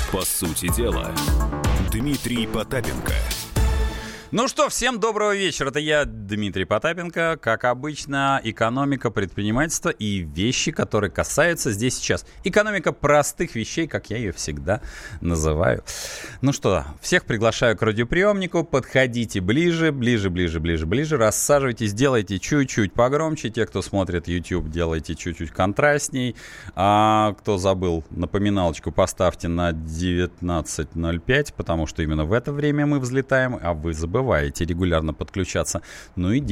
По сути дела, Дмитрий Потапенко. Ну что, всем доброго вечера. Это я, Дмитрий Потапенко. Как обычно, экономика, предпринимательство и вещи, которые касаются здесь сейчас. Экономика простых вещей, как я ее всегда называю. Ну что, всех приглашаю к радиоприемнику. Подходите ближе. Рассаживайтесь, делайте чуть-чуть погромче. Те, кто смотрит YouTube, делайте чуть-чуть контрастней. А кто забыл, напоминалочку поставьте на 19:05, потому что именно в это время мы взлетаем, а вы забываете регулярно подключаться. Ну и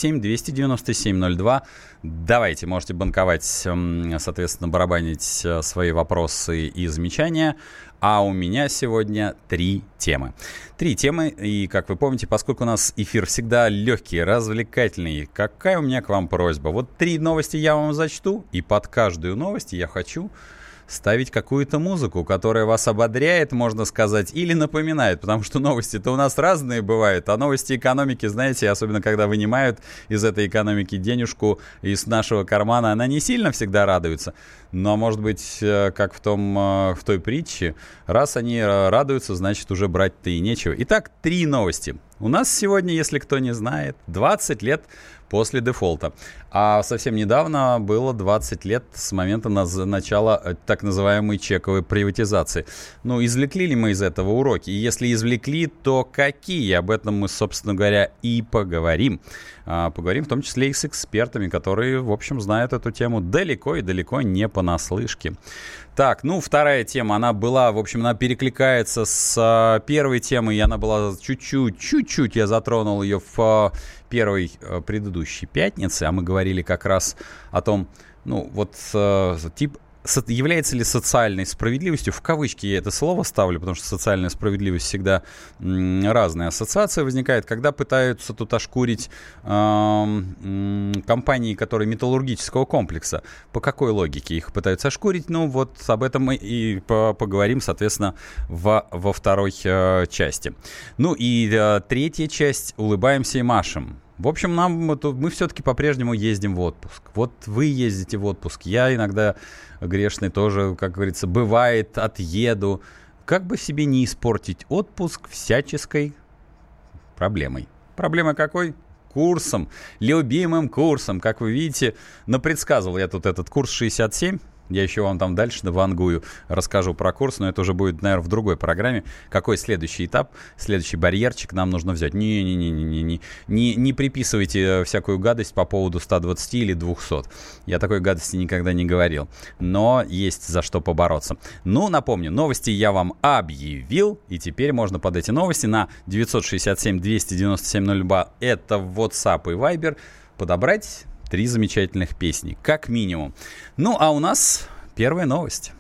967-297-02. Давайте, можете банковать, соответственно, барабанить свои вопросы и замечания. А у меня сегодня 3 темы. 3 темы, и, как вы помните, поскольку у нас эфир всегда легкий, развлекательный, какая у меня к вам просьба? Вот 3 новости я вам зачту, и под каждую новость я хочу ставить какую-то музыку, которая вас ободряет, можно сказать, или напоминает, потому что новости-то у нас разные бывают, а новости экономики, знаете, особенно когда вынимают из этой экономики денежку из нашего кармана, она не сильно всегда радуется, но, может быть, как в той притче, раз они радуются, значит, уже брать-то и нечего. Итак, 3 новости. У нас сегодня, если кто не знает, 20 лет после дефолта. А совсем недавно было 20 лет с момента начала так называемой чековой приватизации. Ну, извлекли ли мы из этого уроки? И если извлекли, то какие? Об этом мы, собственно говоря, и поговорим. Поговорим в том числе и с экспертами, которые, в общем, знают эту тему далеко и далеко не понаслышке. Так, ну, вторая тема, она была, в общем, она перекликается с первой темой, и она была чуть-чуть я затронул ее в первой предыдущей пятнице, а мы говорили как раз о том, ну, вот, является ли социальной справедливостью, в кавычки я это слово ставлю, потому что социальная справедливость всегда разная ассоциация возникает, когда пытаются тут ошкурить компании, которые металлургического комплекса. По какой логике их пытаются ошкурить? Ну, вот об этом мы и поговорим, соответственно, во второй части. Ну и третья часть «Улыбаемся и машем». В общем, мы все-таки по-прежнему ездим в отпуск. Вот вы ездите в отпуск, я иногда грешный тоже, как говорится, бывает, отъеду. Как бы себе не испортить отпуск всяческой проблемой. Проблема какой? Курсом, любимым курсом. Как вы видите, напредсказывал я тут этот курс 67. Я еще вам там дальше навангую, расскажу про курс, но это уже будет, наверное, в другой программе. Какой следующий этап, следующий барьерчик нам нужно взять? Не приписывайте всякую гадость по поводу 120 или 200. Я такой гадости никогда не говорил. Но есть за что побороться. Ну, напомню, новости я вам объявил, и теперь можно под эти новости на 967-297-02, это WhatsApp и Viber, подобрать 3 замечательных песни, как минимум. Ну, а у нас первая новость.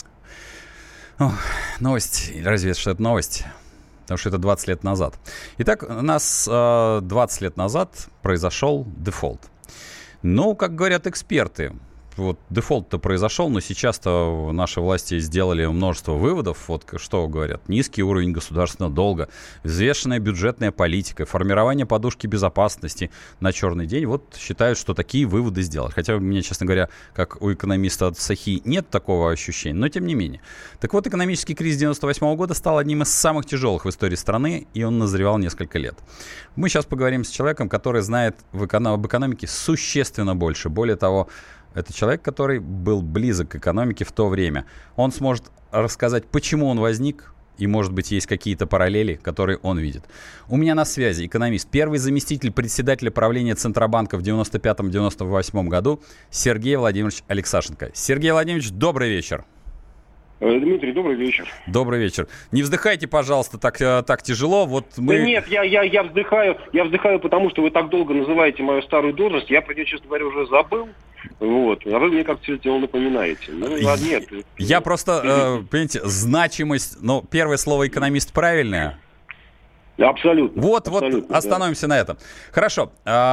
Новость, разве что это новость? Потому что это 20 лет назад. Итак, у нас 20 лет назад произошел дефолт. Ну, как говорят эксперты, вот дефолт-то произошел, но сейчас-то наши власти сделали множество выводов. Вот что говорят: низкий уровень государственного долга, взвешенная бюджетная политика, формирование подушки безопасности на черный день. Вот считают, что такие выводы сделали. Хотя у меня, честно говоря, как у экономиста от Сахи, нет такого ощущения, но тем не менее. Так вот, экономический кризис 98 года стал одним из самых тяжелых в истории страны, и он назревал несколько лет. Мы сейчас поговорим с человеком, который знает об экономике существенно больше. Более того, это человек, который был близок к экономике в то время. Он сможет рассказать, почему он возник, и, может быть, есть какие-то параллели, которые он видит. У меня на связи экономист, первый заместитель председателя правления Центробанка в 95-98 году Сергей Владимирович Алексашенко. Сергей Владимирович, добрый вечер. Дмитрий, добрый вечер. Добрый вечер. Не вздыхайте, пожалуйста, так тяжело. Вот мы... Да нет, я вздыхаю, потому что вы так долго называете мою старую должность. Я про нее, честно говоря, уже забыл. Вот. А вы мне как-то все это напоминаете. Ну, нет. Я просто, понимаете, значимость... Ну, первое слово «экономист» правильное. Абсолютно. Вот Абсолютно, остановимся на этом. Хорошо.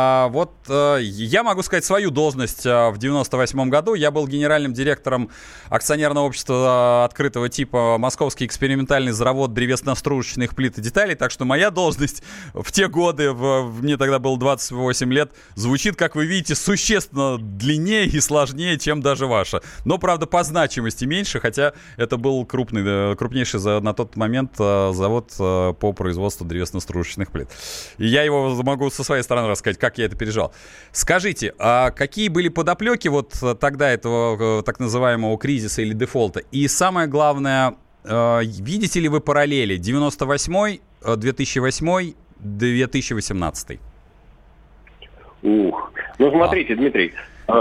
Я могу сказать свою должность в 98 году. Я был генеральным директором акционерного общества открытого типа «Московский экспериментальный завод древесно-стружечных плит и деталей». Так что моя должность в те годы, мне тогда было 28 лет, звучит, как вы видите, существенно длиннее и сложнее, чем даже ваша. Но, правда, по значимости меньше, хотя это был крупнейший на тот момент завод по производству древесно-стружечных плит. И я его могу со своей стороны рассказать, как я это пережил. Скажите, а какие были подоплеки вот тогда этого так называемого кризиса или дефолта? И самое главное, видите ли вы параллели 98-й, 2008-й, 2018-й? Смотрите, Дмитрий.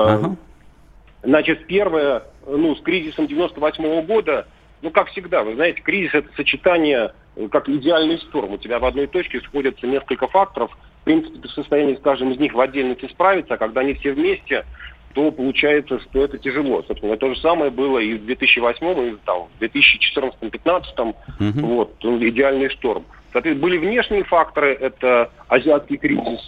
Значит, первое, с кризисом 98-го года, как всегда, вы знаете, кризис — это сочетание, как идеальный шторм. У тебя в одной точке сходятся несколько факторов. В принципе, ты в состоянии с каждым из них в отдельности справиться, а когда они все вместе, то получается, что это тяжело. Собственно, то же самое было и в 2008, и в 2014-2015. Идеальный шторм. Соответственно, были внешние факторы. Это азиатский кризис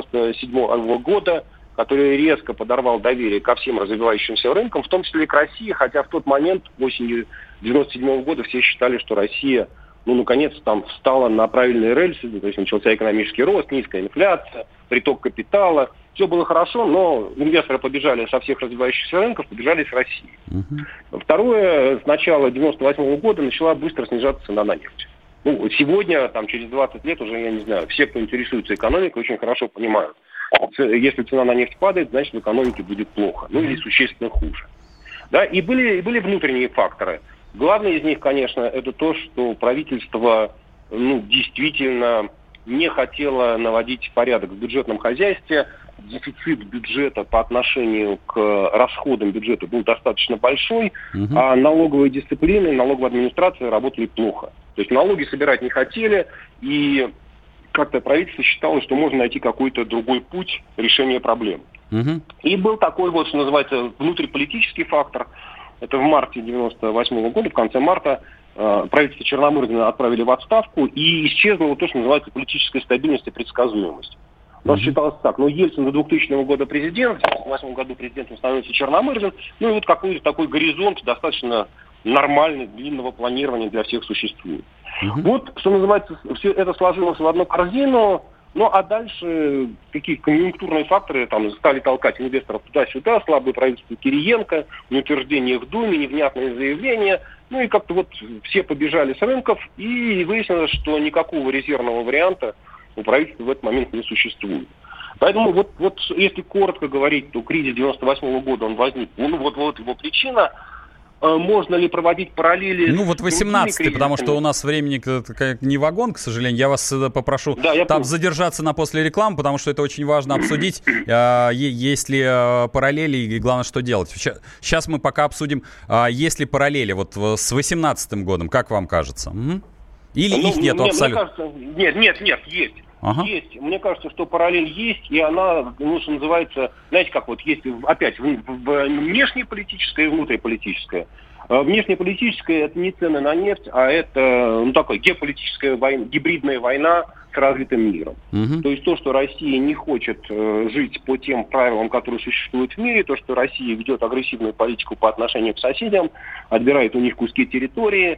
1997 года, который резко подорвал доверие ко всем развивающимся рынкам, в том числе и к России, хотя в тот момент, осенью 1997 года, все считали, что Россия, наконец-то встала на правильные рельсы, то есть начался экономический рост, низкая инфляция, приток капитала. Все было хорошо, но инвесторы побежали со всех развивающихся рынков, побежали с России. Второе, с начала 1998 года начала быстро снижаться цена на нефть. Сегодня, через 20 лет уже, я не знаю, все, кто интересуется экономикой, очень хорошо понимают, если цена на нефть падает, значит, в экономике будет плохо, или существенно хуже. Да, и были внутренние факторы. Главный из них, конечно, это то, что правительство действительно не хотело наводить порядок в бюджетном хозяйстве. Дефицит бюджета по отношению к расходам бюджета был достаточно большой, а налоговая дисциплина и налоговая администрация работали плохо. То есть налоги собирать не хотели, и как-то правительство считало, что можно найти какой-то другой путь решения проблем. И был такой что называется, внутриполитический фактор. Это в марте 1998 года, в конце марта, правительство Черномырдина отправили в отставку, и исчезла то, что называется политическая стабильность и предсказуемость. У нас считалось так, Ельцин до 2000 года президент, в 2008 году президентом становится Черномырдин, и какой-то такой горизонт достаточно нормальный, длинного планирования для всех существует. Что называется, все это сложилось в одну корзину, а дальше какие конъюнктурные факторы стали толкать инвесторов туда-сюда, слабое правительство Кириенко, неутверждение в Думе, невнятные заявления, и как-то все побежали с рынков, и выяснилось, что никакого резервного варианта у правительства в этот момент не существует. Поэтому если коротко говорить, то кризис 98 года он возник. Его причина. Можно ли проводить параллели? 18-й, потому что у нас времени не вагон, к сожалению. Я вас попрошу задержаться на после рекламы, потому что это очень важно обсудить. Есть ли параллели и, главное, что делать. Сейчас мы пока обсудим, есть ли параллели с 18-м годом, как вам кажется? Или их нету абсолютно? Мне кажется, нет, есть. Есть. Мне кажется, что параллель есть, и она, что называется, знаете, как есть опять внешнеполитическая и внутриполитическая. Внешнеполитическая — это не цены на нефть, а это такая геополитическая война, гибридная война с развитым миром. То есть то, что Россия не хочет жить по тем правилам, которые существуют в мире, то, что Россия ведет агрессивную политику по отношению к соседям, отбирает у них куски территории,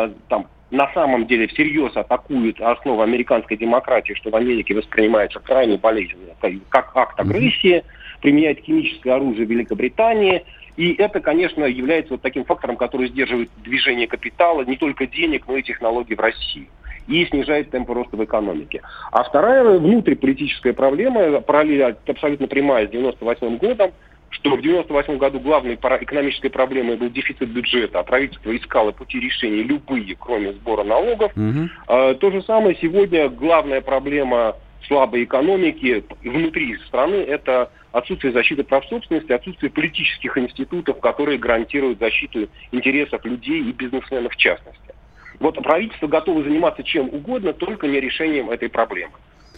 на самом деле всерьез атакует основы американской демократии, что в Америке воспринимается крайне болезненно, как акт агрессии, применяет химическое оружие в Великобритании. И это, конечно, является таким фактором, который сдерживает движение капитала, не только денег, но и технологий в России. И снижает темпы роста в экономике. А вторая внутриполитическая проблема, параллель абсолютно прямая с 1998 годом, что в 1998 году главной экономической проблемой был дефицит бюджета, а правительство искало пути решения любые, кроме сбора налогов. То же самое сегодня главная проблема слабой экономики внутри страны — это отсутствие защиты прав собственности, отсутствие политических институтов, которые гарантируют защиту интересов людей и бизнесменов в частности. Правительство готово заниматься чем угодно, только не решением этой проблемы.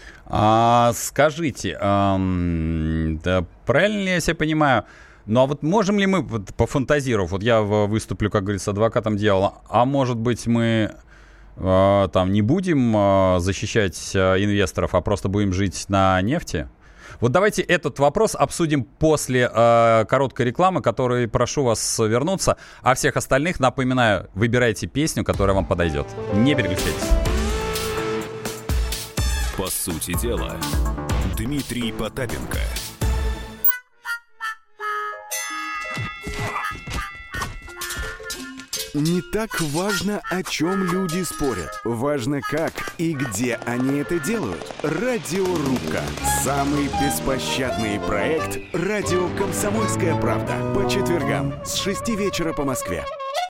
Скажите, правильно ли я себя понимаю, можем ли мы, пофантазировав, я выступлю, как говорится, адвокатом дьявола, а может быть мы там не будем защищать инвесторов, а просто будем жить на нефти? Вот давайте этот вопрос обсудим после короткой рекламы, которой прошу вас вернуться. А всех остальных, напоминаю, выбирайте песню, которая вам подойдет. Не переключайтесь. По сути дела, Дмитрий Потапенко. Не так важно, о чем люди спорят. Важно, как и где они это делают. Радиорубка. Самый беспощадный проект «Радио Комсомольская правда». По четвергам с 6 вечера по Москве.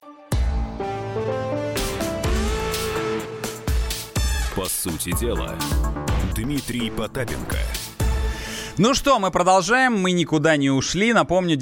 По сути дела, Дмитрий Потапенко. Ну что, мы продолжаем, мы никуда не ушли. Напомню,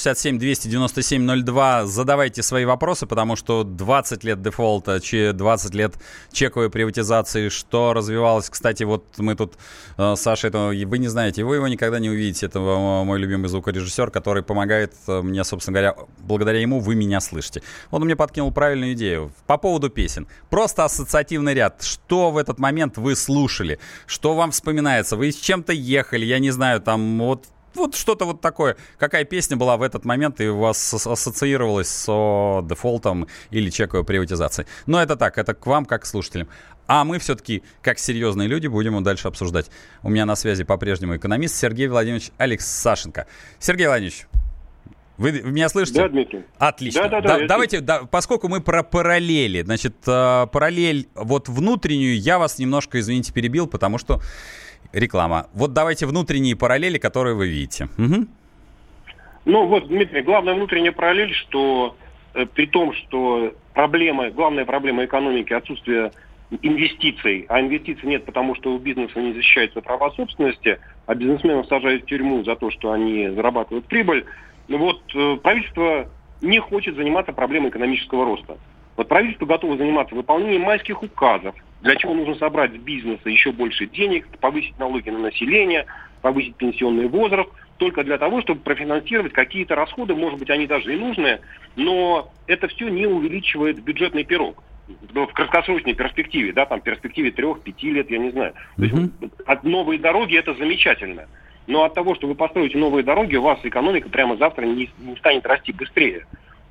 967-297-02, задавайте свои вопросы, потому что 20 лет дефолта, 20 лет чековой приватизации, что развивалось. Кстати, вот мы тут, Саша, это вы не знаете, вы его никогда не увидите. Это мой любимый звукорежиссер, который помогает мне, собственно говоря, благодаря ему вы меня слышите. Он мне подкинул правильную идею по поводу песен. Просто ассоциативный ряд. Что в этот момент вы слушали? Что вам вспоминается? Вы с чем-то ехали, я не знаю, там вот что-то вот такое. Какая песня была в этот момент и у вас ассоциировалась с дефолтом или чековой приватизацией? Но это так, это к вам, как к слушателям. А мы все-таки, как серьезные люди, будем дальше обсуждать. У меня на связи по-прежнему экономист Сергей Владимирович Алексашенко. Сергей Владимирович, вы меня слышите? Да, Дмитрий. Отлично. Давайте, поскольку мы про параллели, значит, параллель вот внутреннюю, я вас немножко, извините, перебил, потому что реклама. Вот давайте внутренние параллели, которые вы видите. Угу. Ну вот, Дмитрий, главная внутренняя параллель, что при том, что главная проблема экономики — отсутствие инвестиций, а инвестиций нет, потому что у бизнеса не защищаются права собственности, а бизнесменов сажают в тюрьму за то, что они зарабатывают прибыль. Вот правительство не хочет заниматься проблемой экономического роста. Вот правительство готово заниматься выполнением майских указов, для чего нужно собрать с бизнеса еще больше денег, повысить налоги на население, повысить пенсионный возраст, только для того, чтобы профинансировать какие-то расходы, может быть, они даже и нужные, но это все не увеличивает бюджетный пирог в краткосрочной перспективе, да, там в перспективе 3-5 лет, я не знаю. То есть от новые дороги это замечательно, но от того, что вы построите новые дороги, у вас экономика прямо завтра не станет расти быстрее.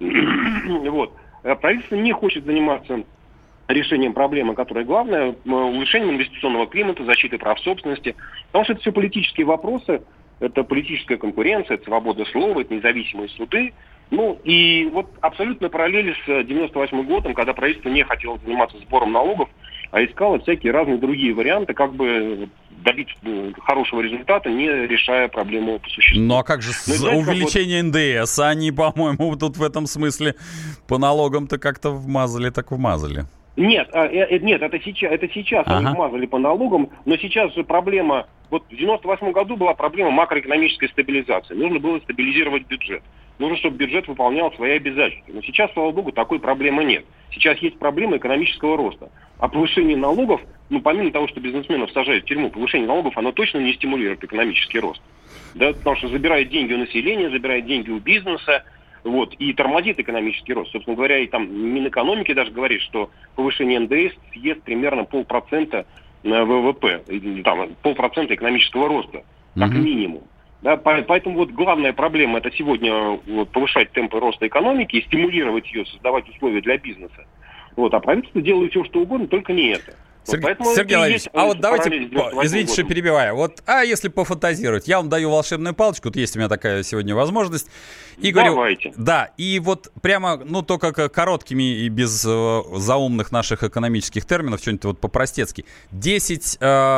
Вот. Правительство не хочет заниматься решением проблемы, которая главная, улучшением инвестиционного климата, защитой прав собственности, потому что это все политические вопросы, это политическая конкуренция, это свобода слова, это независимые суды. Ну и вот абсолютно параллели с 98 годом, когда правительство не хотело заниматься сбором налогов, а искало всякие разные другие варианты, как бы добиться хорошего результата, не решая проблему по существу. Ну а как же увеличение НДС? Они, по-моему, тут в этом смысле по налогам-то как-то вмазали, так вмазали. Нет, это сейчас они вмазали по налогам, но сейчас же проблема, вот в 98 году была проблема макроэкономической стабилизации. Нужно было стабилизировать бюджет. Нужно, чтобы бюджет выполнял свои обязательства. Но сейчас, слава богу, такой проблемы нет. Сейчас есть проблема экономического роста. А повышение налогов, помимо того, что бизнесменов сажают в тюрьму, повышение налогов, оно точно не стимулирует экономический рост. Да, потому что забирает деньги у населения, забирает деньги у бизнеса, вот, и тормозит экономический рост. Собственно говоря, и там Минэкономики даже говорит, что повышение НДС съест примерно 0,5% ВВП, или там 0,5% экономического роста, как минимум. Да, поэтому вот главная проблема — это сегодня повышать темпы роста экономики и стимулировать ее, создавать условия для бизнеса. Вот, а правительство делает все, что угодно, только не это. Сергей Владимирович, а вот давайте, извините, что перебиваю, если пофантазировать, я вам даю волшебную палочку, вот есть у меня такая сегодня возможность, и говорю, давайте. Да, и вот прямо, только короткими и без заумных наших экономических терминов, что-нибудь вот по-простецки, 10,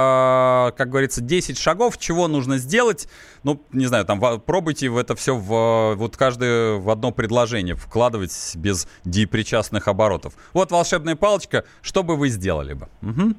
как говорится, 10 шагов, чего нужно сделать, не знаю, там, пробуйте в это все каждое в одно предложение вкладывать без депричастных оборотов. Вот волшебная палочка, что бы вы сделали бы?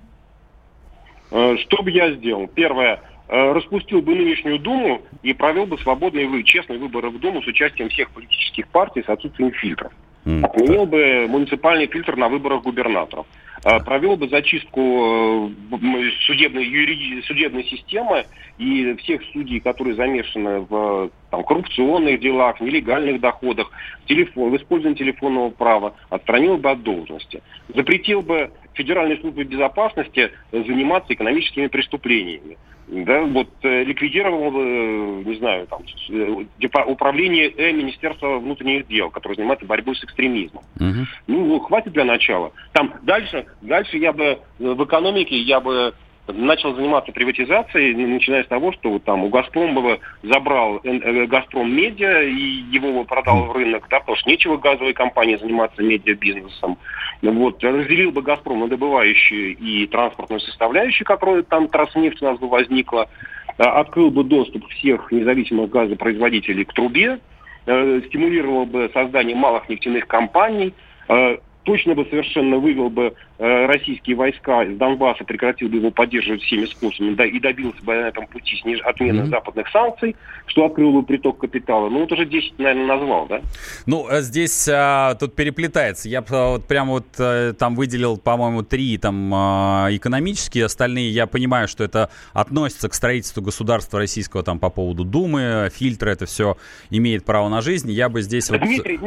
Что бы я сделал? Первое. Распустил бы нынешнюю Думу и провел бы свободные честные выборы в Думу с участием всех политических партий с отсутствием фильтров. Отменил бы муниципальный фильтр на выборах губернаторов. Провел бы зачистку судебной системы и всех судей, которые замешаны в коррупционных делах, нелегальных доходах, в использовании телефонного права, отстранил бы от должности. Запретил бы Федеральной службе безопасности заниматься экономическими преступлениями. Да, ликвидировал, управление Министерства внутренних дел, которое занимается борьбой с экстремизмом. Хватит для начала. Дальше я бы в экономике начал заниматься приватизацией, начиная с того, что у «Газпрома» забрал «Газпром Медиа» и его продал в рынок, потому что нечего газовой компании заниматься медиабизнесом. Разделил бы «Газпром» на добывающую и транспортную составляющую, которая «Транснефть» у нас бы возникла, открыл бы доступ всех независимых газопроизводителей к трубе, стимулировал бы создание малых нефтяных компаний, точно бы совершенно вывел бы российские войска из Донбасса, прекратил бы его поддерживать всеми способами, и добился бы на этом пути отмены западных санкций, что открыл бы приток капитала. Уже 10, наверное, назвал, да? Здесь тут переплетается. Я там выделил, по-моему, 3 экономические, остальные, я понимаю, что это относится к строительству государства российского по поводу Думы, фильтры, это все имеет право на жизнь. Я бы здесь... Дмитрий,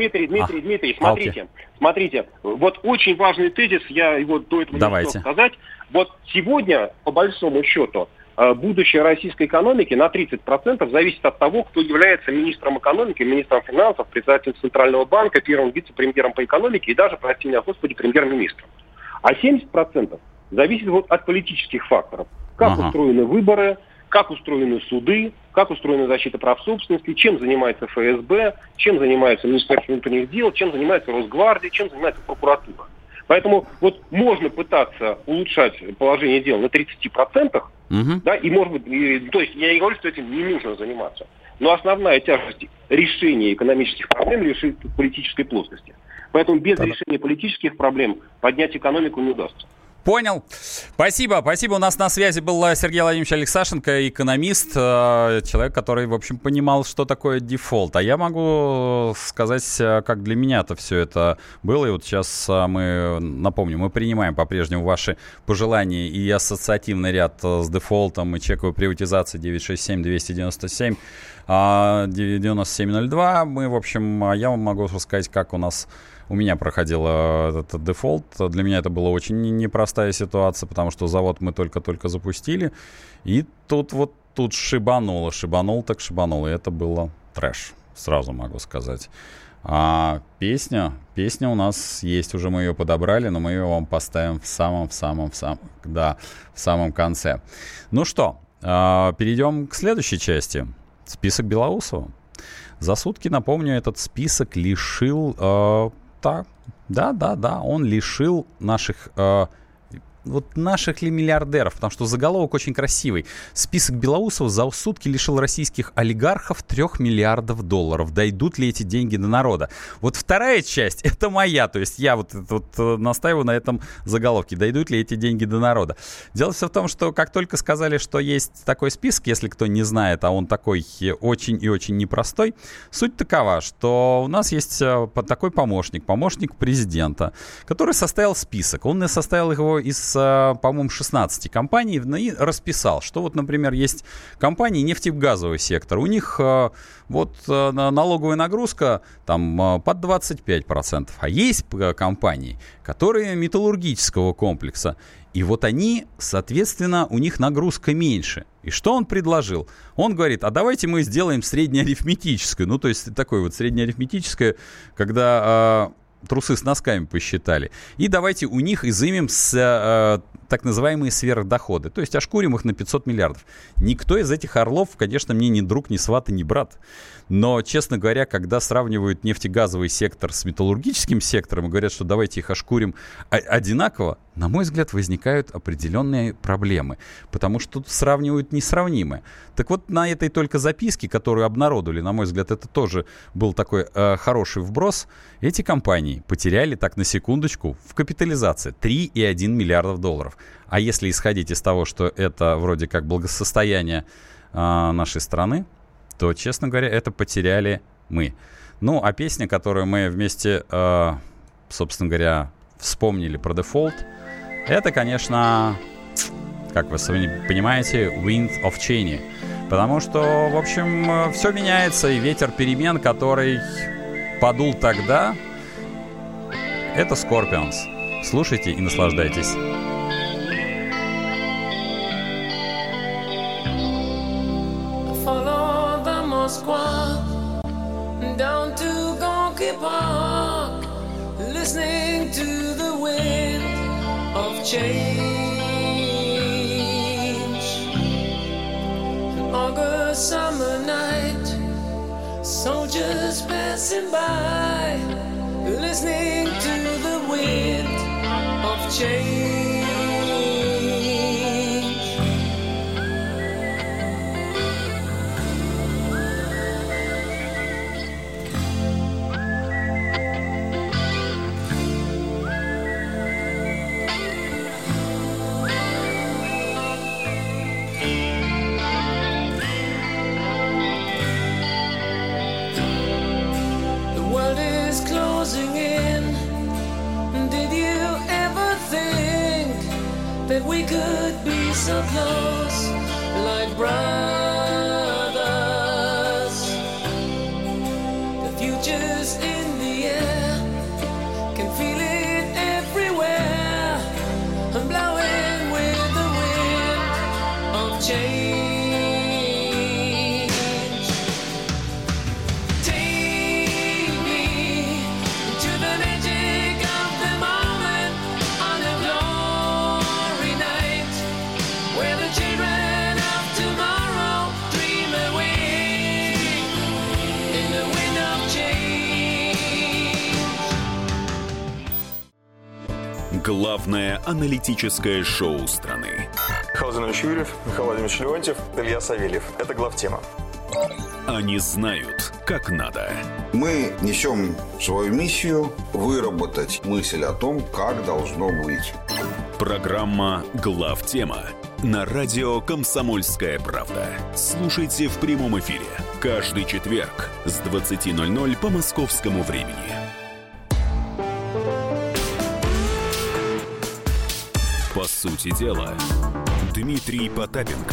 смотрите, очень важный тезис, я его до этого не успел сказать. Сегодня, по большому счету, будущее российской экономики на 30% зависит от того, кто является министром экономики, министром финансов, председателем Центрального банка, первым вице-премьером по экономике и даже, прости меня, Господи, премьер-министром. А 70% зависит от политических факторов. Как устроены выборы, как устроены суды, как устроена защита прав собственности, чем занимается ФСБ, чем занимается Министерство внутренних дел, чем занимается Росгвардия, чем занимается прокуратура. Поэтому можно пытаться улучшать положение дел на 30%, да, и может быть, то есть я не говорю, что этим не нужно заниматься, но основная тяжесть решения экономических проблем лежит в политической плоскости. Поэтому без решения политических проблем поднять экономику не удастся. Понял. Спасибо. У нас на связи был Сергей Владимирович Алексашенко, экономист, человек, который, в общем, понимал, что такое дефолт. А я могу сказать, как для меня-то все это было. И сейчас мы принимаем по-прежнему ваши пожелания и ассоциативный ряд с дефолтом и чековой приватизацией 967-290-9702. Мы, в общем, я вам могу рассказать, как у меня проходил этот дефолт. Для меня это была очень непростая ситуация, потому что завод мы только-только запустили. И тут шибанул. И это было трэш, сразу могу сказать. А песня у нас есть, уже мы ее подобрали, но мы ее вам поставим в самом конце. Ну что, перейдем к следующей части. Список Белоусова. За сутки, напомню, этот список лишил... он лишил наших ли миллиардеров, потому что заголовок очень красивый. Список Белоусова за сутки лишил российских олигархов $3 миллиардов. Дойдут ли эти деньги до народа? Вторая часть, это моя, то есть я настаиваю на этом заголовке. Дойдут ли эти деньги до народа? Дело все в том, что как только сказали, что есть такой список, если кто не знает, а он такой очень и очень непростой, суть такова, что у нас есть такой помощник президента, который составил список. Он составил его из, по-моему, 16 компаний и расписал, что например, есть компании нефтегазовый сектор, у них налоговая нагрузка под 25%, а есть компании, которые металлургического комплекса, и они, соответственно, у них нагрузка меньше. И что он предложил? Он говорит, а давайте мы сделаем среднеарифметическую, то есть такое среднеарифметическое, когда... трусы с носками посчитали. И давайте у них изымем так называемые сверхдоходы. То есть ошкурим их на 500 миллиардов. Никто из этих орлов, конечно, мне ни друг, ни сват, ни брат. Но, честно говоря, когда сравнивают нефтегазовый сектор с металлургическим сектором и говорят, что давайте их ошкурим одинаково, на мой взгляд, возникают определенные проблемы. Потому что тут сравнивают несравнимое. Так на этой только записке, которую обнародовали, на мой взгляд, это тоже был такой хороший вброс, эти компании потеряли, так на секундочку, в капитализации $3,1 миллиардов. А если исходить из того, что это вроде как благосостояние нашей страны, то, честно говоря, это потеряли мы. Ну, а песня, которую мы вместе, собственно говоря, вспомнили про Default, это, конечно, как вы понимаете, Wind of Change. Потому что, в общем, все меняется, и ветер перемен, который подул тогда, это Scorpions. Слушайте и наслаждайтесь. Follow the Moskva down to Gorky Park, listening to the wind of change. An August summer night, soldiers passing by, listening to the wind of change. The world is closing in. Did you ever think that we could be so close, like brothers? The future's in the air, can feel it everywhere. I'm blowing with the wind of change. Take me to the magic of the moment on a glory night, where the children of tomorrow dream away in the wind of change. Главное аналитическое шоу страны. Михаил Зинович Юрьев, Михаил Владимирович Леонтьев, Илья Савельев. Это главтема. Они знают, как надо. Мы несем свою миссию выработать мысль о том, как должно быть. Программа «Главтема» на радио «Комсомольская правда». Слушайте в прямом эфире каждый четверг с 20:00 по московскому времени. По сути дела, Дмитрий Потапенко.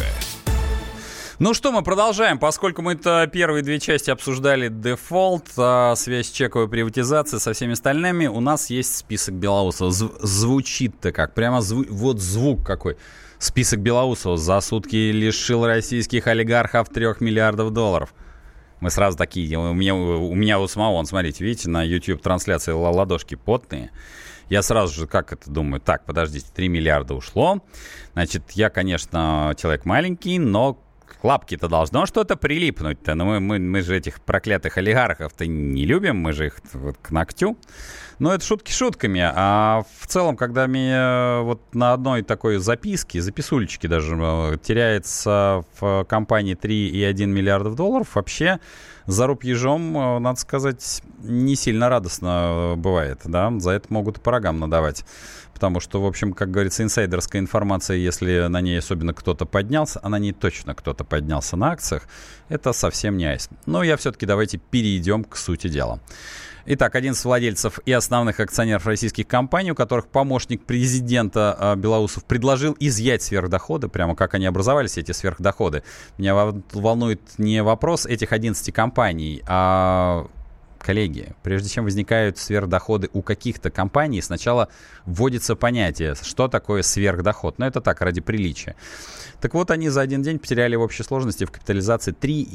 Ну что, мы продолжаем. Поскольку мы первые две части обсуждали Default, связь чековой приватизации со всеми остальными, у нас есть список Белоусова. Звучит-то как? Прямо вот звук какой. Список Белоусова за сутки лишил российских олигархов 3 миллиардов долларов. Мы сразу такие, у меня у самого, смотрите, видите, на YouTube трансляции ладошки потные. Я сразу же, как это думаю, так, подождите, 3 миллиарда ушло. Значит, я, конечно, человек маленький, но к лапке-то должно что-то прилипнуть-то. Но мы же этих проклятых олигархов-то не любим, мы же их вот к ногтю. Но это шутки шутками. А в целом, когда мне вот на одной такой записке, записулечке даже, теряется в компании 3,1 миллиардов долларов, вообще за рубежом, надо сказать, не сильно радостно бывает. Да? За это могут и по рогам надавать. Потому что, в общем, как говорится, инсайдерская информация, если на ней особенно кто-то поднялся, а на ней точно кто-то поднялся на акциях, это совсем не айс. Но я все-таки давайте перейдем к сути дела. Итак, 11 владельцев и основных акционеров российских компаний, у которых помощник президента Белоусов предложил изъять сверхдоходы, прямо как они образовались, эти сверхдоходы. Меня волнует не вопрос этих 11 компаний, а... Коллеги, прежде чем возникают сверхдоходы у каких-то компаний, сначала вводится понятие, что такое сверхдоход. Но это так, ради приличия. Так вот, они за один день потеряли в общей сложности в капитализации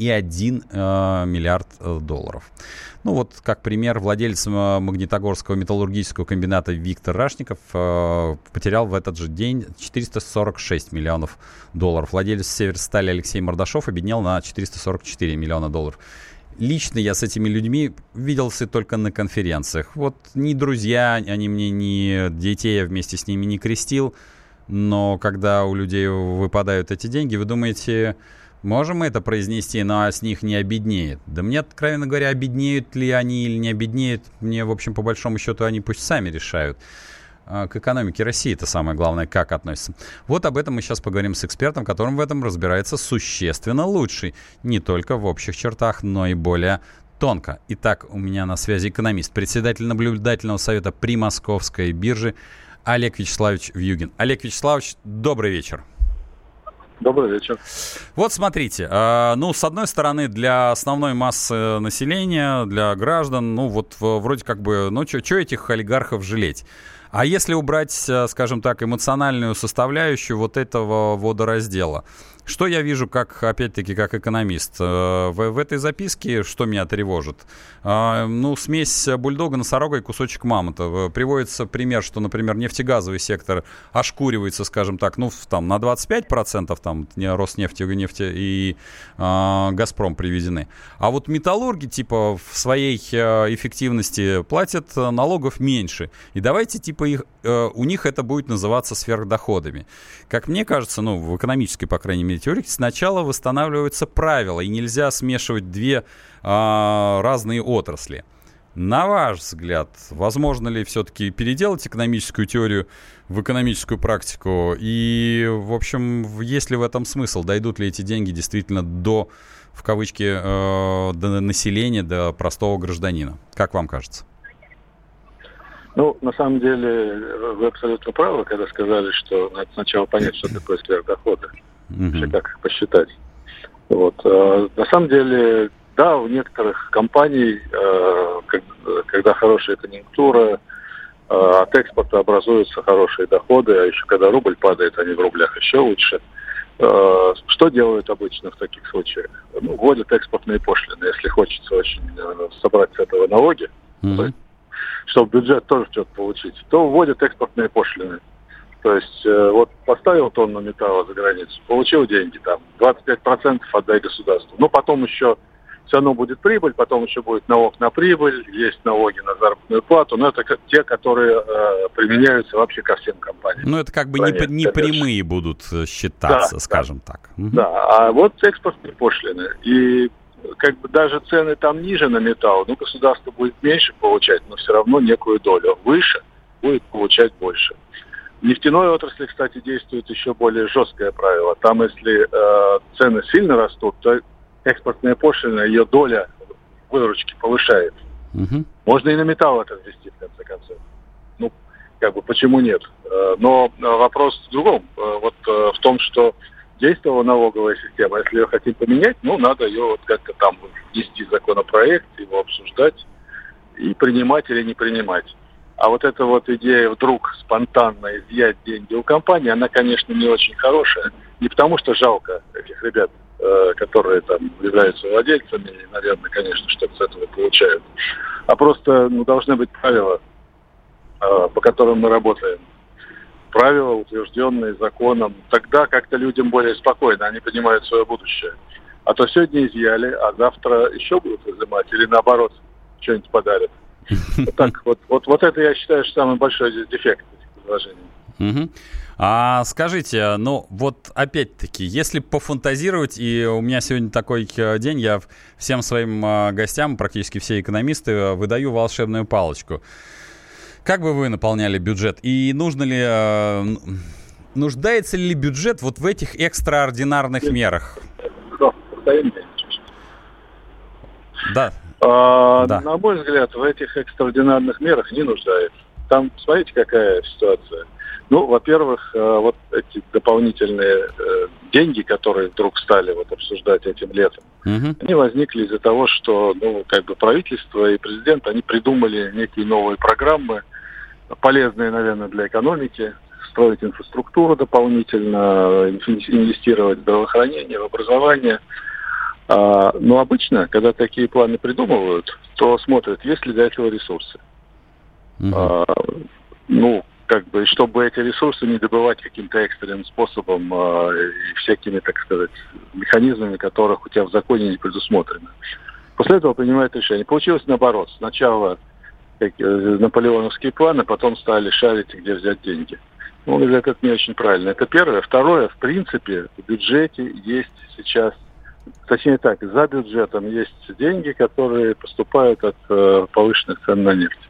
3,1 миллиард долларов. Ну вот, как пример, владелец Магнитогорского металлургического комбината Виктор Рашников потерял в этот же день 446 миллионов долларов. Владелец Северстали Алексей Мордашов обеднел на 444 миллиона долларов. Лично я с этими людьми виделся только на конференциях. Вот ни друзья, они мне, ни детей я вместе с ними не крестил. Но когда у людей выпадают эти деньги, вы думаете, можем мы это произнести, но с них не обеднеет? Да мне, откровенно говоря, обеднеют ли они или не обеднеют, мне, в общем, по большому счету, они пусть сами решают. К экономике России это самое главное, как относится. Вот об этом мы сейчас поговорим с экспертом, которым в этом разбирается существенно лучше. Не только в общих чертах, но и более тонко. Итак, у меня на связи экономист, председатель наблюдательного совета Примосковской биржи Олег Вячеславович Вьюгин. Олег Вячеславович, добрый вечер. Добрый вечер. Вот смотрите, с одной стороны, для основной массы населения, для граждан, вроде как бы, что этих олигархов жалеть? А если убрать, скажем так, эмоциональную составляющую вот этого водораздела, что я вижу, опять-таки, как экономист? В этой записке что меня тревожит? Смесь бульдога, носорога и кусочек мамонта. Приводится пример, что, например, нефтегазовый сектор ошкуривается, скажем так, на 25%, там Роснефть и Газпром приведены. А вот металлурги, в своей эффективности платят налогов меньше. И давайте, у них это будет называться сверхдоходами. Как мне кажется, в экономической, по крайней мере, теории, сначала восстанавливаются правила, и нельзя смешивать две разные отрасли. На ваш взгляд, возможно ли все-таки переделать экономическую теорию в экономическую практику? И, в общем, есть ли в этом смысл? Дойдут ли эти деньги действительно до, в кавычки, до населения, до простого гражданина? Как вам кажется? На самом деле, вы абсолютно правы, когда сказали, что надо сначала понять, что такое сверхдоходы. Вообще, как их посчитать. На самом деле, да, у некоторых компаний, когда хорошая конъюнктура, от экспорта образуются хорошие доходы, а еще когда рубль падает, они в рублях еще лучше. Что делают обычно в таких случаях? Вводят экспортные пошлины, если хочется очень собрать с этого налоги, чтобы бюджет тоже что-то получить, то вводят экспортные пошлины. То есть поставил тонну металла за границу, получил деньги, 25% отдай государству. Потом еще все равно будет прибыль, потом еще будет налог на прибыль, есть налоги на заработную плату, но это те, которые применяются вообще ко всем компаниям. Это как бы не прямые будут считаться, скажем так. Да, а вот экспортные пошлины. И даже цены там ниже на металл, государство будет меньше получать, но все равно некую долю. Выше будет получать больше. В нефтяной отрасли, кстати, действует еще более жесткое правило. Там, если цены сильно растут, то экспортная пошлина, ее доля выручки повышает. Можно и на металл это ввести, в конце концов. Почему нет? Но вопрос в другом. В том, что действовала налоговая система. Если ее хотим поменять, надо ее как-то там внести законопроект, его обсуждать и принимать или не принимать. А эта идея вдруг спонтанно изъять деньги у компании, она, конечно, не очень хорошая. Не потому, что жалко этих ребят, которые там являются владельцами, и, наверное, конечно, что-то с этого получают. А просто должны быть правила, по которым мы работаем. Правила, утвержденные законом. Тогда как-то людям более спокойно, они понимают свое будущее. А то сегодня изъяли, а завтра еще будут изымать, или наоборот, что-нибудь подарят. Вот это, я считаю, что самый большой дефект этих предложений. А скажите, опять-таки, если пофантазировать, и у меня сегодня такой день, я всем своим гостям, практически все экономисты, выдаю волшебную палочку. Как бы вы наполняли бюджет? И нуждается ли бюджет в этих экстраординарных мерах? Да. На мой взгляд, в этих экстраординарных мерах не нуждается. Там, смотрите, какая ситуация. Во-первых, эти дополнительные деньги, которые вдруг стали обсуждать этим летом, они возникли из-за того, что, правительство и президент, они придумали некие новые программы, полезные, наверное, для экономики, строить инфраструктуру дополнительно, инвестировать в здравоохранение, в образование. Но обычно, когда такие планы придумывают, то смотрят, есть ли для этого ресурсы. Чтобы эти ресурсы не добывать каким-то экстренным способом и всякими, так сказать, механизмами, которых у тебя в законе не предусмотрено. После этого принимают решение. Получилось наоборот. Сначала наполеоновские планы, потом стали шарить, где взять деньги. Это не очень правильно. Это первое. Второе, в принципе, в бюджете есть сейчас, точнее так, за бюджетом есть деньги, которые поступают от повышенных цен на нефть.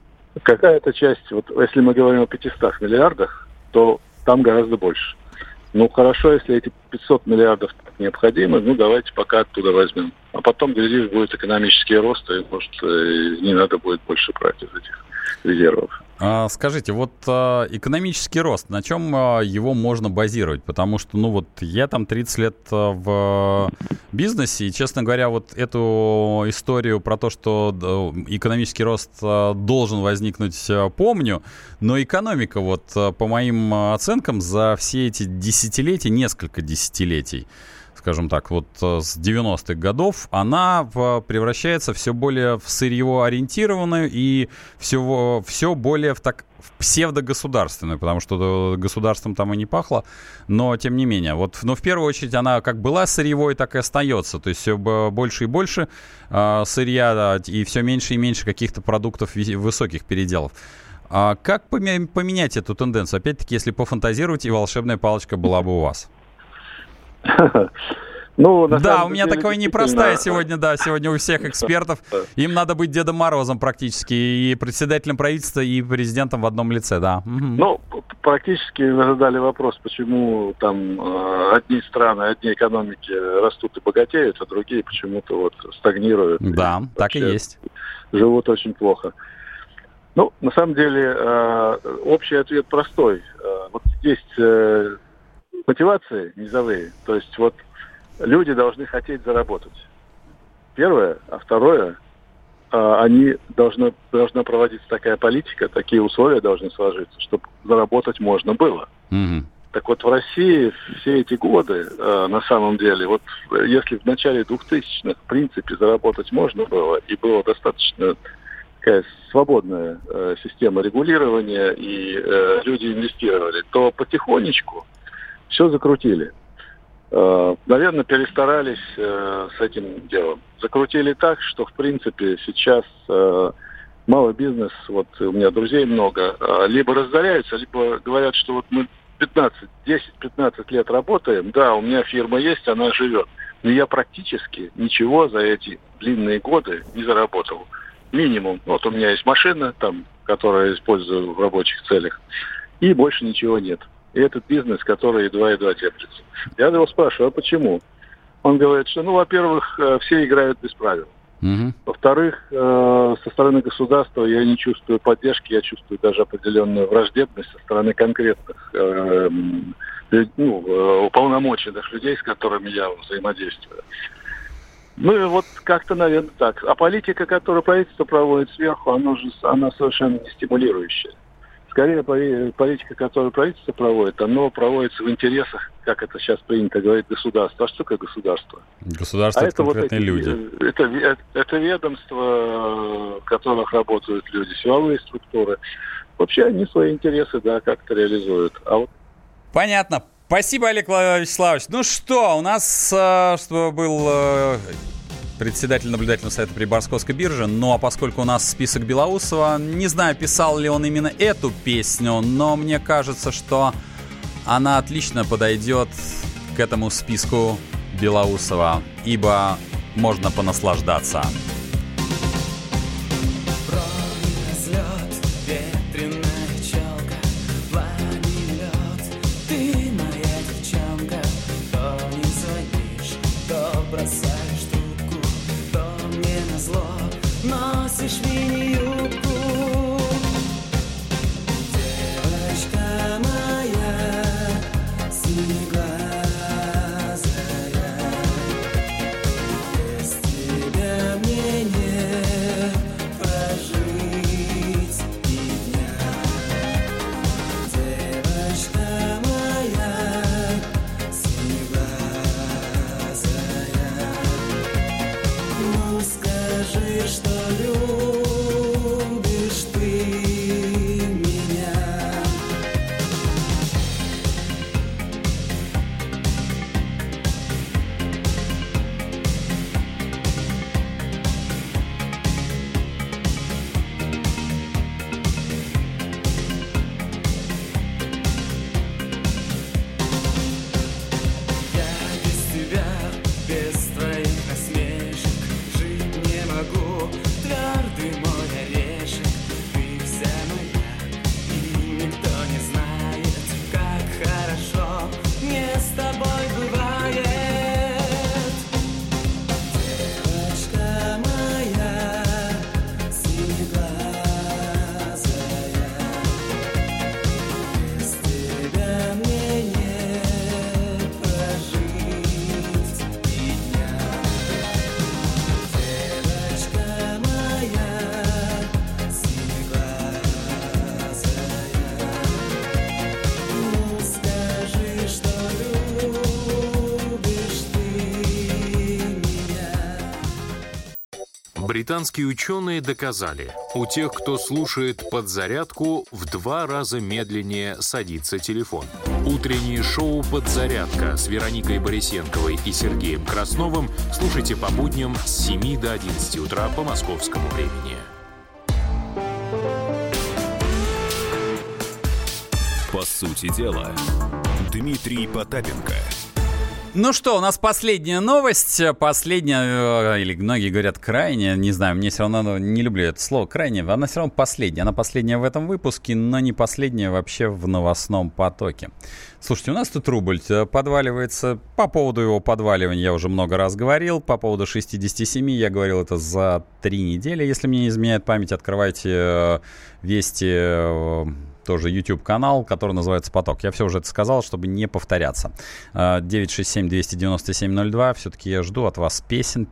Какая-то часть, если мы говорим о 500 миллиардах, то там гораздо больше. Ну, хорошо, если эти 500 миллиардов необходимы, ну, давайте пока оттуда возьмем. А потом, глядишь, будет экономический рост, и, может, не надо будет больше брать из этих резервов. Скажите, вот экономический рост, на чем его можно базировать? Потому что, ну вот, я там 30 лет в бизнесе, и, честно говоря, вот эту историю про то, что экономический рост должен возникнуть, помню, но экономика, вот, по моим оценкам, за все эти десятилетия, несколько десятилетий, скажем так, вот с 90-х годов, она превращается все более в сырьево-ориентированную и все более в псевдогосударственную, потому что государством там и не пахло, но тем не менее. Вот, но в первую очередь она как была сырьевой, так и остается. То есть все больше и больше сырья, и все меньше и меньше каких-то продуктов высоких переделов. А как поменять эту тенденцию? Опять-таки, если пофантазировать, и волшебная палочка была бы у вас. Ну, да, у меня такое непростая сегодня у всех экспертов. Им надо быть Дедом Морозом практически, и председателем правительства, и президентом в одном лице, да. Ну, практически вы задали вопрос, почему там одни страны, одни экономики растут и богатеют, а другие почему-то вот стагнируют. Да, так и есть. Живут очень плохо. Ну, на самом деле, общий ответ простой. Вот есть мотивации низовые, то есть вот люди должны хотеть заработать. Первое. А второе, должна проводиться такая политика, такие условия должны сложиться, чтобы заработать можно было. Так вот, в России все эти годы, на самом деле, вот если в начале 2000-х, в принципе, заработать можно было, и было достаточно такая свободная система регулирования, и люди инвестировали, то потихонечку все закрутили. Наверное, перестарались с этим делом. Закрутили так, что, в принципе, сейчас малый бизнес, вот у меня друзей много, либо разоряются, либо говорят, что вот мы 10-15 лет работаем, да, у меня фирма есть, она живет, но я практически ничего за эти длинные годы не заработал. Минимум. Вот у меня есть машина, там, которую я использую в рабочих целях, и больше ничего нет. И этот бизнес, который едва-едва теплится. Я его спрашиваю, а почему? Он говорит, что, во-первых, все играют без правил. Во-вторых, со стороны государства я не чувствую поддержки, я чувствую даже определенную враждебность со стороны конкретных уполномоченных людей, с которыми я взаимодействую. Ну и вот как-то, наверное, так. А политика, которую правительство проводит сверху, она совершенно не стимулирующая. Скорее, политика, которую правительство проводит, она проводится в интересах, как это сейчас принято говорить, государства. А что такое государство? Государство — это конкретные люди. Это ведомства, в которых работают люди, силовые структуры. Вообще они свои интересы, да, как-то реализуют. Понятно. Спасибо, Олег Вячеславович. Ну что, у нас был председатель наблюдательного совета при Барсковской бирже. Ну, а поскольку у нас список Белоусова, не знаю, писал ли он именно эту песню, но мне кажется, что она отлично подойдет к этому списку Белоусова, ибо можно понаслаждаться. Носишь мини-юбку, девочка моя, синеглазая, без тебя мне Британские ученые доказали, у тех, кто слушает «Подзарядку», в 2 раза медленнее садится телефон. Утреннее шоу «Подзарядка» с Вероникой Борисенковой и Сергеем Красновым слушайте по будням с 7 до 11 утра по московскому времени. По сути дела, Дмитрий Потапенко. Ну что, у нас последняя новость. Последняя, или многие говорят крайняя, не знаю, мне все равно, не люблю это слово крайняя, она все равно последняя. Она последняя в этом выпуске, но не последняя вообще в новостном потоке. Слушайте, у нас тут рубль подваливается. По поводу его подваливания я уже много раз говорил. По поводу 67 я говорил это за 3 недели. Если мне не изменяет память, открывайте Вести... тоже YouTube-канал, который называется «Поток». Я все уже это сказал, чтобы не повторяться. 967-297-02. Все-таки я жду от вас песен.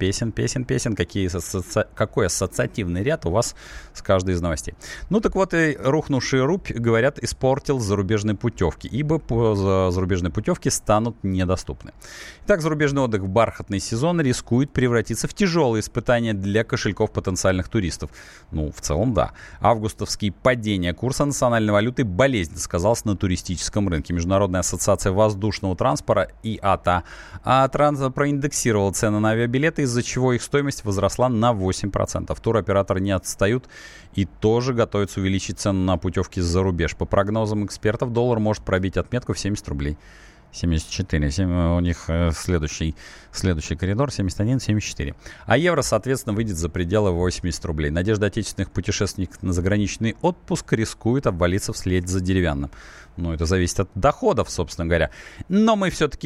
Какой ассоциативный ряд у вас с каждой из новостей. Ну так вот, и рухнувший рубль, говорят, испортил зарубежные путевки, ибо зарубежные путевки станут недоступны. Итак, зарубежный отдых в бархатный сезон рискует превратиться в тяжелые испытания для кошельков потенциальных туристов. Ну, в целом, да. Августовские падения курса национальной валюты болезненно сказалось на туристическом рынке. Международная ассоциация воздушного транспорта ИАТА проиндексировала цены на авиабилеты, из-за чего их стоимость возросла на 8%. Туроператоры не отстают и тоже готовятся увеличить цену на путевки за рубеж. По прогнозам экспертов, доллар может пробить отметку в 70 рублей. 74. У них следующий коридор 71, 74. А евро, соответственно, выйдет за пределы 80 рублей. Надежда отечественных путешественников на заграничный отпуск рискует обвалиться вслед за деревянным. Ну, это зависит от доходов, собственно говоря. Но мы все-таки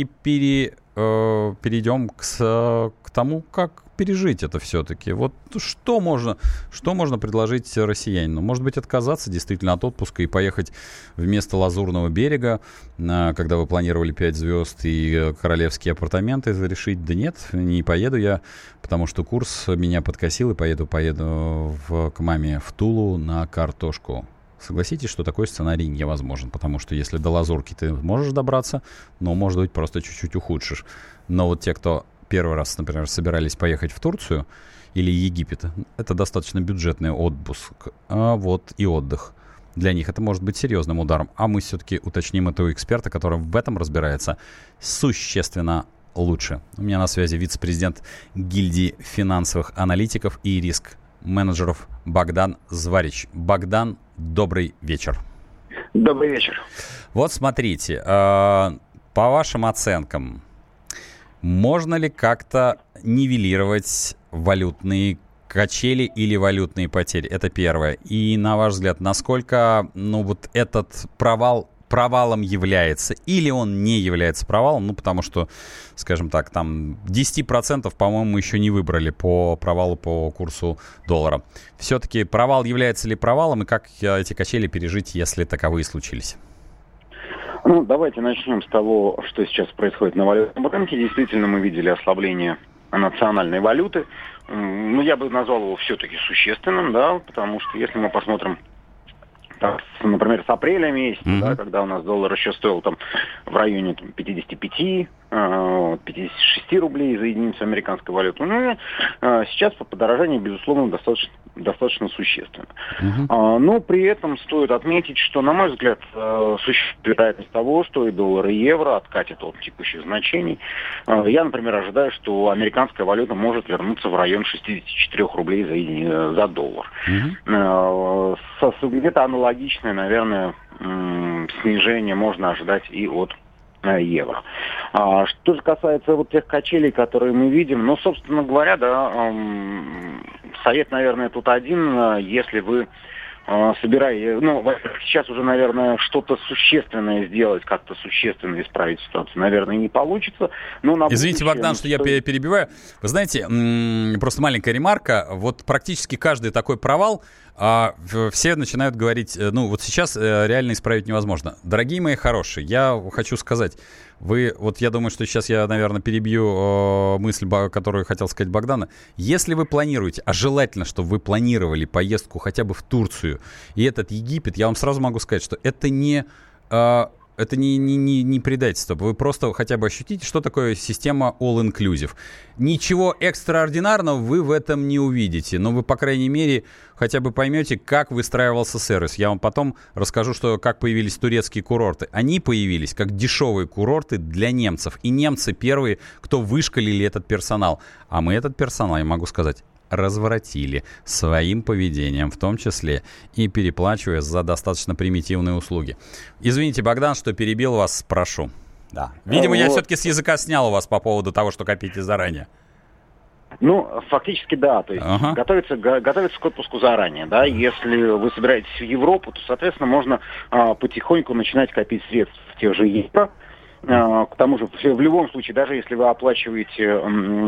перейдем к тому, как пережить это все-таки. Вот что можно предложить россиянину? Может быть, отказаться действительно от отпуска и поехать вместо Лазурного берега, когда вы планировали 5 звезд и королевские апартаменты, решить, да нет, не поеду я, потому что курс меня подкосил, и поеду к маме в Тулу на картошку. Согласитесь, что такой сценарий невозможен, потому что если до Лазурки ты можешь добраться, но, может быть, просто чуть-чуть ухудшишь. Но вот те, кто первый раз, например, собирались поехать в Турцию или Египет, это достаточно бюджетный отпуск, и отдых. Для них это может быть серьезным ударом. А мы все-таки уточним это у эксперта, который в этом разбирается существенно лучше. У меня на связи вице-президент гильдии финансовых аналитиков и риск-менеджеров Богдан Зварич. Богдан, добрый вечер. Добрый вечер. Вот смотрите, по вашим оценкам, можно ли как-то нивелировать валютные качели или валютные потери? Это первое. И, на ваш взгляд, насколько вот этот провалом является, или он не является провалом, потому что, скажем так, там 10%, по-моему, мы еще не выбрали по провалу по курсу доллара. Все-таки провал является ли провалом, и как эти качели пережить, если таковые случились? Ну, давайте начнем с того, что сейчас происходит на валютном рынке. Действительно, мы видели ослабление национальной валюты. Ну, я бы назвал его все-таки существенным, да, потому что если мы посмотрим, так, например, с апреля месяца, да, когда у нас доллар еще стоил там в районе 55, 56 рублей за единицу американской валюты. Ну, сейчас по подорожанию, безусловно, достаточно существенно. Но при этом стоит отметить, что, на мой взгляд, существует вероятность того, что и доллар, и евро откатят от текущих значений. Я, например, ожидаю, что американская валюта может вернуться в район 64 рублей за доллар. Где-то аналогичное, наверное, снижение можно ожидать и от евро. Что же касается вот тех качелей, которые мы видим, ну, собственно говоря, да, совет, наверное, тут один. Если вы собираете, сейчас уже, наверное, что-то существенное сделать, как-то существенно исправить ситуацию, наверное, не получится. Но извините, Богдан, что я перебиваю. Вы знаете, просто маленькая ремарка. Вот практически каждый такой провал, все начинают говорить, вот сейчас реально исправить невозможно. Дорогие мои хорошие, я хочу сказать, я думаю, что сейчас я, наверное, перебью мысль, которую хотел сказать Богдана. Если вы планируете, а желательно, чтобы вы планировали поездку хотя бы в Турцию и этот Египет, я вам сразу могу сказать, что это не это не предательство. Вы просто хотя бы ощутите, что такое система all-inclusive. Ничего экстраординарного вы в этом не увидите, но вы, по крайней мере, хотя бы поймете, как выстраивался сервис. Я вам потом расскажу, как появились турецкие курорты. Они появились как дешевые курорты для немцев. И немцы первые, кто вышкалили этот персонал. А мы этот персонал, я могу сказать, развратили своим поведением, в том числе и переплачивая за достаточно примитивные услуги. Извините, Богдан, что перебил вас, прошу. Да. Видимо, я все-таки с языка снял у вас по поводу того, что копите заранее. Ну, фактически да, то есть готовиться к отпуску заранее, да, если вы собираетесь в Европу, то, соответственно, можно потихоньку начинать копить средства в тех же евро. К тому же, в любом случае, даже если вы оплачиваете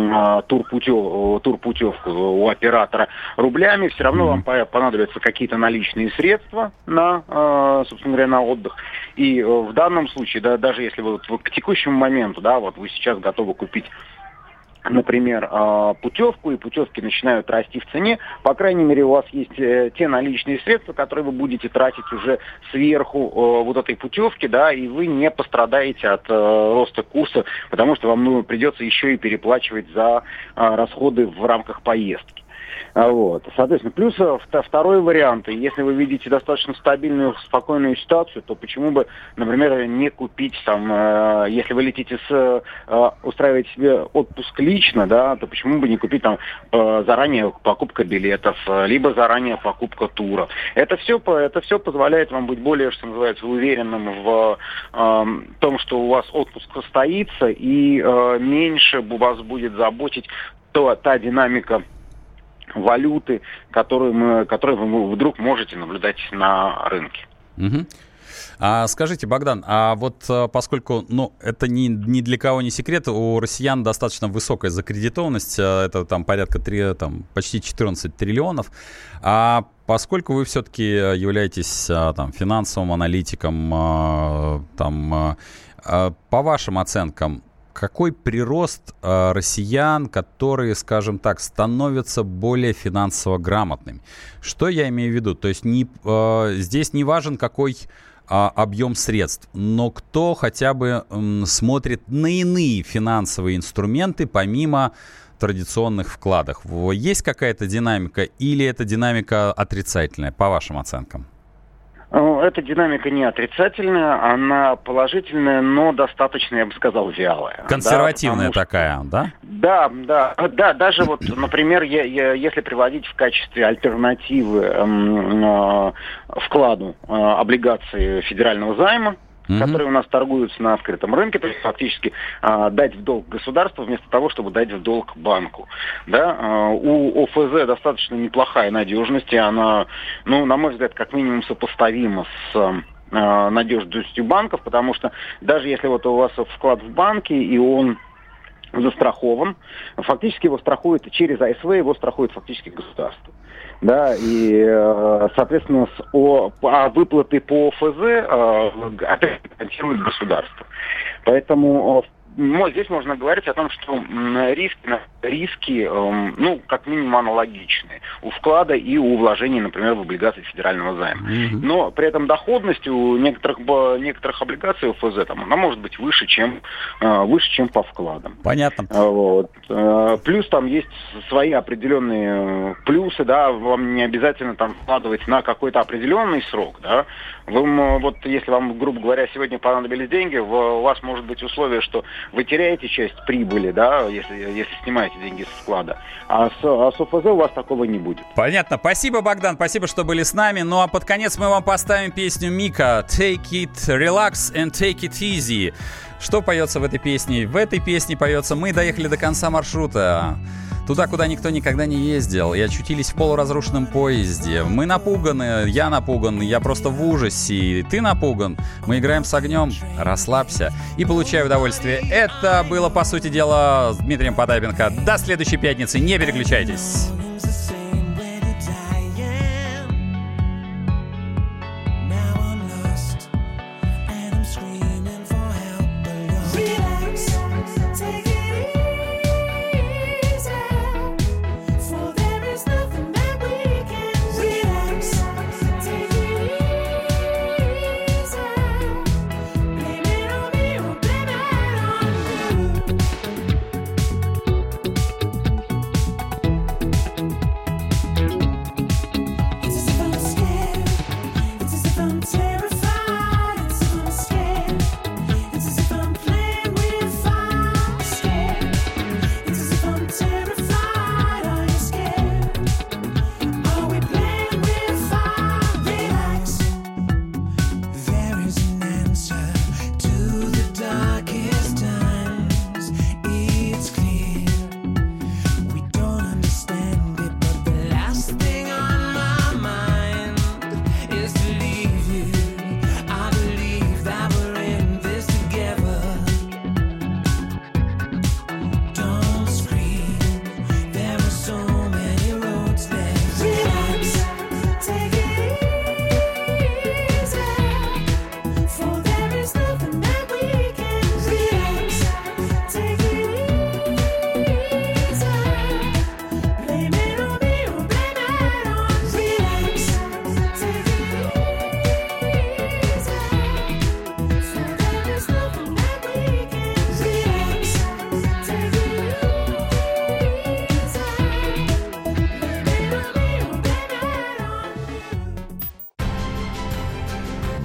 турпутевку у оператора рублями, все равно вам понадобятся какие-то наличные средства на, собственно говоря, на отдых. И в данном случае, да, даже если вы к текущему моменту, да, вот вы сейчас готовы купить, например, путевку, и путевки начинают расти в цене, по крайней мере, у вас есть те наличные средства, которые вы будете тратить уже сверху вот этой путевки, да, и вы не пострадаете от роста курса, потому что вам придется еще и переплачивать за расходы в рамках поездки. Вот. Соответственно, плюс второй вариант, если вы видите достаточно стабильную, спокойную ситуацию, то почему бы, например, не купить там, если вы летите устраиваете себе отпуск лично, да, то почему бы не купить там заранее покупка билетов, либо заранее покупка тура. Это все позволяет вам быть более, что называется, уверенным в том, что у вас отпуск состоится, и меньше вас будет заботить та динамика валюты, которую вы вдруг можете наблюдать на рынке. Угу. Скажите, Богдан, а вот поскольку, это ни для кого не секрет, у россиян достаточно высокая закредитованность, это там порядка почти 14 триллионов, а поскольку вы все-таки являетесь финансовым аналитиком, по вашим оценкам, какой прирост россиян, которые, скажем так, становятся более финансово грамотными? Что я имею в виду? То есть здесь не важен какой объем средств, но кто хотя бы смотрит на иные финансовые инструменты помимо традиционных вкладов. Есть какая-то динамика или эта динамика отрицательная, по вашим оценкам? Эта динамика не отрицательная, она положительная, но достаточно, я бы сказал, вялая. Консервативная такая, да? Да, даже вот, например, если приводить в качестве альтернативы вкладу облигации федерального займа, которые у нас торгуются на открытом рынке, то есть фактически дать в долг государству вместо того, чтобы дать в долг банку. Да? У ОФЗ достаточно неплохая надежность, и она, на мой взгляд, как минимум сопоставима с надежностью банков, потому что даже если вот у вас вклад в банке, и он застрахован, фактически его страхует через АСВ, его страхует фактически государство. Да, и, соответственно, выплаты по ОФЗ опять гарантирует государство. Поэтому здесь можно говорить о том, что риски, как минимум аналогичные у вклада и у вложений, например, в облигации федерального займа. Но при этом доходность у некоторых облигаций ОФЗ она может быть выше, чем по вкладам. Понятно. Вот. Плюс там есть свои определенные плюсы, да, вам не обязательно там вкладывать на какой-то определенный срок, да. Если вам, грубо говоря, сегодня понадобились деньги, у вас может быть условие, что вы теряете часть прибыли, да, если снимаете деньги с вклада, а с ОФЗ у вас такого не будет. Понятно. Спасибо, Богдан, спасибо, что были с нами. Ну а под конец мы вам поставим песню Мика «Take it relax and take it easy». Что поется в этой песне? В этой песне поется «Мы доехали до конца маршрута». Туда, куда никто никогда не ездил, и очутились в полуразрушенном поезде. Мы напуганы, я напуган, я просто в ужасе, и ты напуган. Мы играем с огнем, расслабься и получай удовольствие. Это было, по сути дела, с Дмитрием Потапенко. До следующей пятницы, не переключайтесь.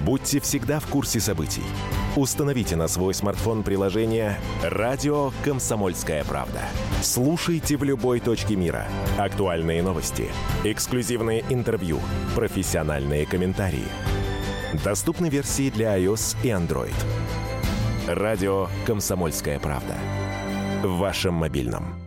Будьте всегда в курсе событий. Установите на свой смартфон приложение «Радио Комсомольская правда». Слушайте в любой точке мира. Актуальные новости, эксклюзивные интервью, профессиональные комментарии. Доступны версии для iOS и Android. «Радио Комсомольская правда». В вашем мобильном.